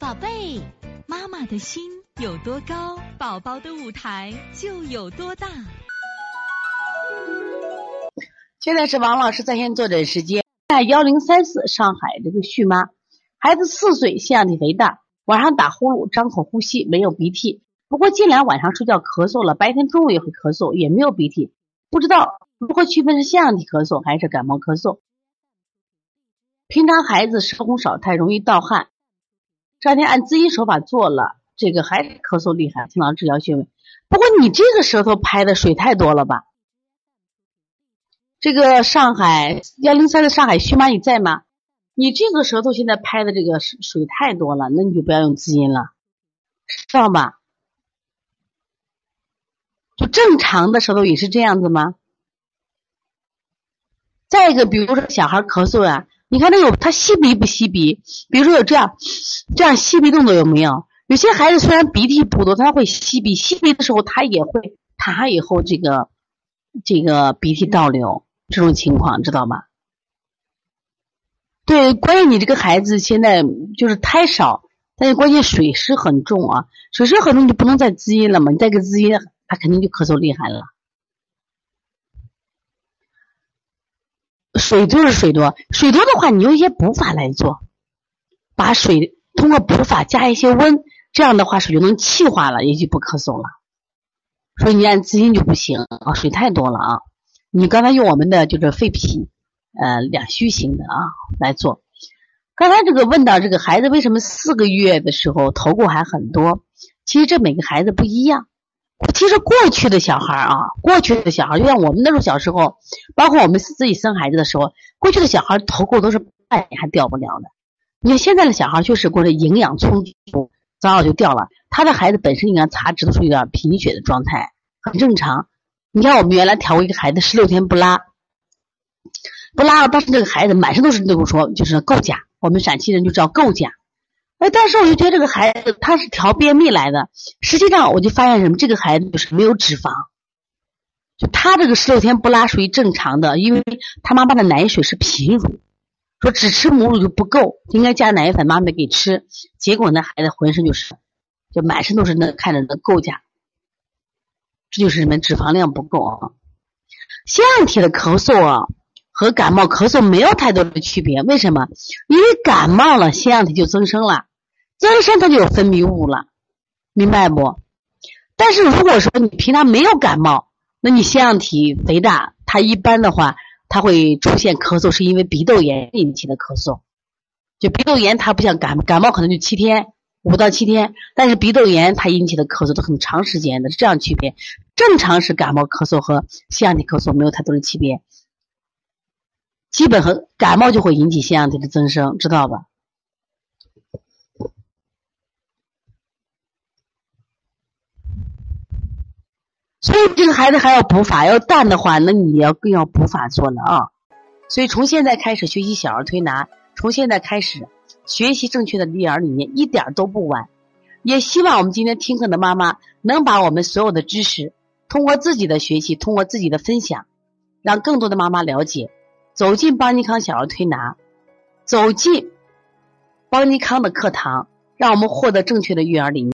宝贝，妈妈的心有多高，宝宝的舞台就有多大。 现在是王老师在线坐诊时间，1034上海这个旭妈，孩子4岁，腺样体肥大，晚上打呼噜，张口呼吸，没有鼻涕，不过近来晚上睡觉咳嗽了，白天中午也会咳嗽，也没有鼻涕，不知道如何区分是腺样体咳嗽还是感冒咳嗽。平常孩子舌红少苔，容易盗汗，这2天按滋阴手法做了，这个还是咳嗽厉害，请老师治疗穴位。不过你这个舌头拍的水太多了吧？这个上海103的上海旭妈你在吗？你这个舌头现在拍的这个水太多了，那你就不要用滋阴了，知道吧？就正常的舌头也是这样子吗？再一个，比如说小孩咳嗽啊，你看他吸鼻不吸鼻？比如说有这样吸鼻动作有没有？有些孩子虽然鼻涕不多，他会吸鼻，吸鼻的时候他也会痰以后这个鼻涕倒流，这种情况知道吗？对，关键你这个孩子现在就是胎少，但是关键水湿很重啊，水湿很重你就不能再滋阴了嘛，你再给滋阴他肯定就咳嗽厉害了。水就是水多的话，你用一些补法来做，把水通过补法加一些温，这样的话水就能气化了，也就不咳嗽了。所以你按滋阴就不行啊，水太多了啊。你刚才用我们的就是肺脾两虚型的来做。刚才这个问到这个孩子为什么4个月的时候头垢还很多，其实这每个孩子不一样。其实过去的小孩就像我们那时候小时候，包括我们自己生孩子的时候，过去的小孩头垢都是半年还掉不了的。你看现在的小孩就是过着营养充足，早就掉了。他的孩子本身应该查指出有点贫血的状态，很正常。你看我们原来调过一个孩子16天不拉了，但是这个孩子满身都是那种说就是垢痂，我们陕西人就叫垢痂。但是我就觉得这个孩子他是调便秘来的，实际上我就发现什么，这个孩子就是没有脂肪，就他这个16天不拉属于正常的，因为他妈妈的奶水是贫乳，说只吃母乳就不够，应该加奶粉，妈妈没给吃，结果呢孩子浑身就满身都是看着那垢痂，这就是什么脂肪量不够啊。腺样体的咳嗽和感冒咳嗽没有太多的区别，为什么？因为感冒了腺样体就增生了，增生它就有分泌物了，明白不？但是如果说你平常没有感冒，那你腺样体肥大，它一般的话它会出现咳嗽，是因为鼻窦炎引起的咳嗽。就鼻窦炎它不像感冒可能就7天5到7天，但是鼻窦炎它引起的咳嗽都很长时间的，是这样区别。正常是感冒咳嗽和腺样体咳嗽没有太多的区别，基本和感冒就会引起腺样体的增生，知道吧？所以这个孩子还要补法，要淡的话，那你更要补法做了啊。所以从现在开始学习小儿推拿，从现在开始学习正确的育儿理念，一点都不晚。也希望我们今天听课的妈妈能把我们所有的知识通过自己的学习，通过自己的分享，让更多的妈妈了解，走进邦尼康小儿推拿，走进邦尼康的课堂，让我们获得正确的育儿理念。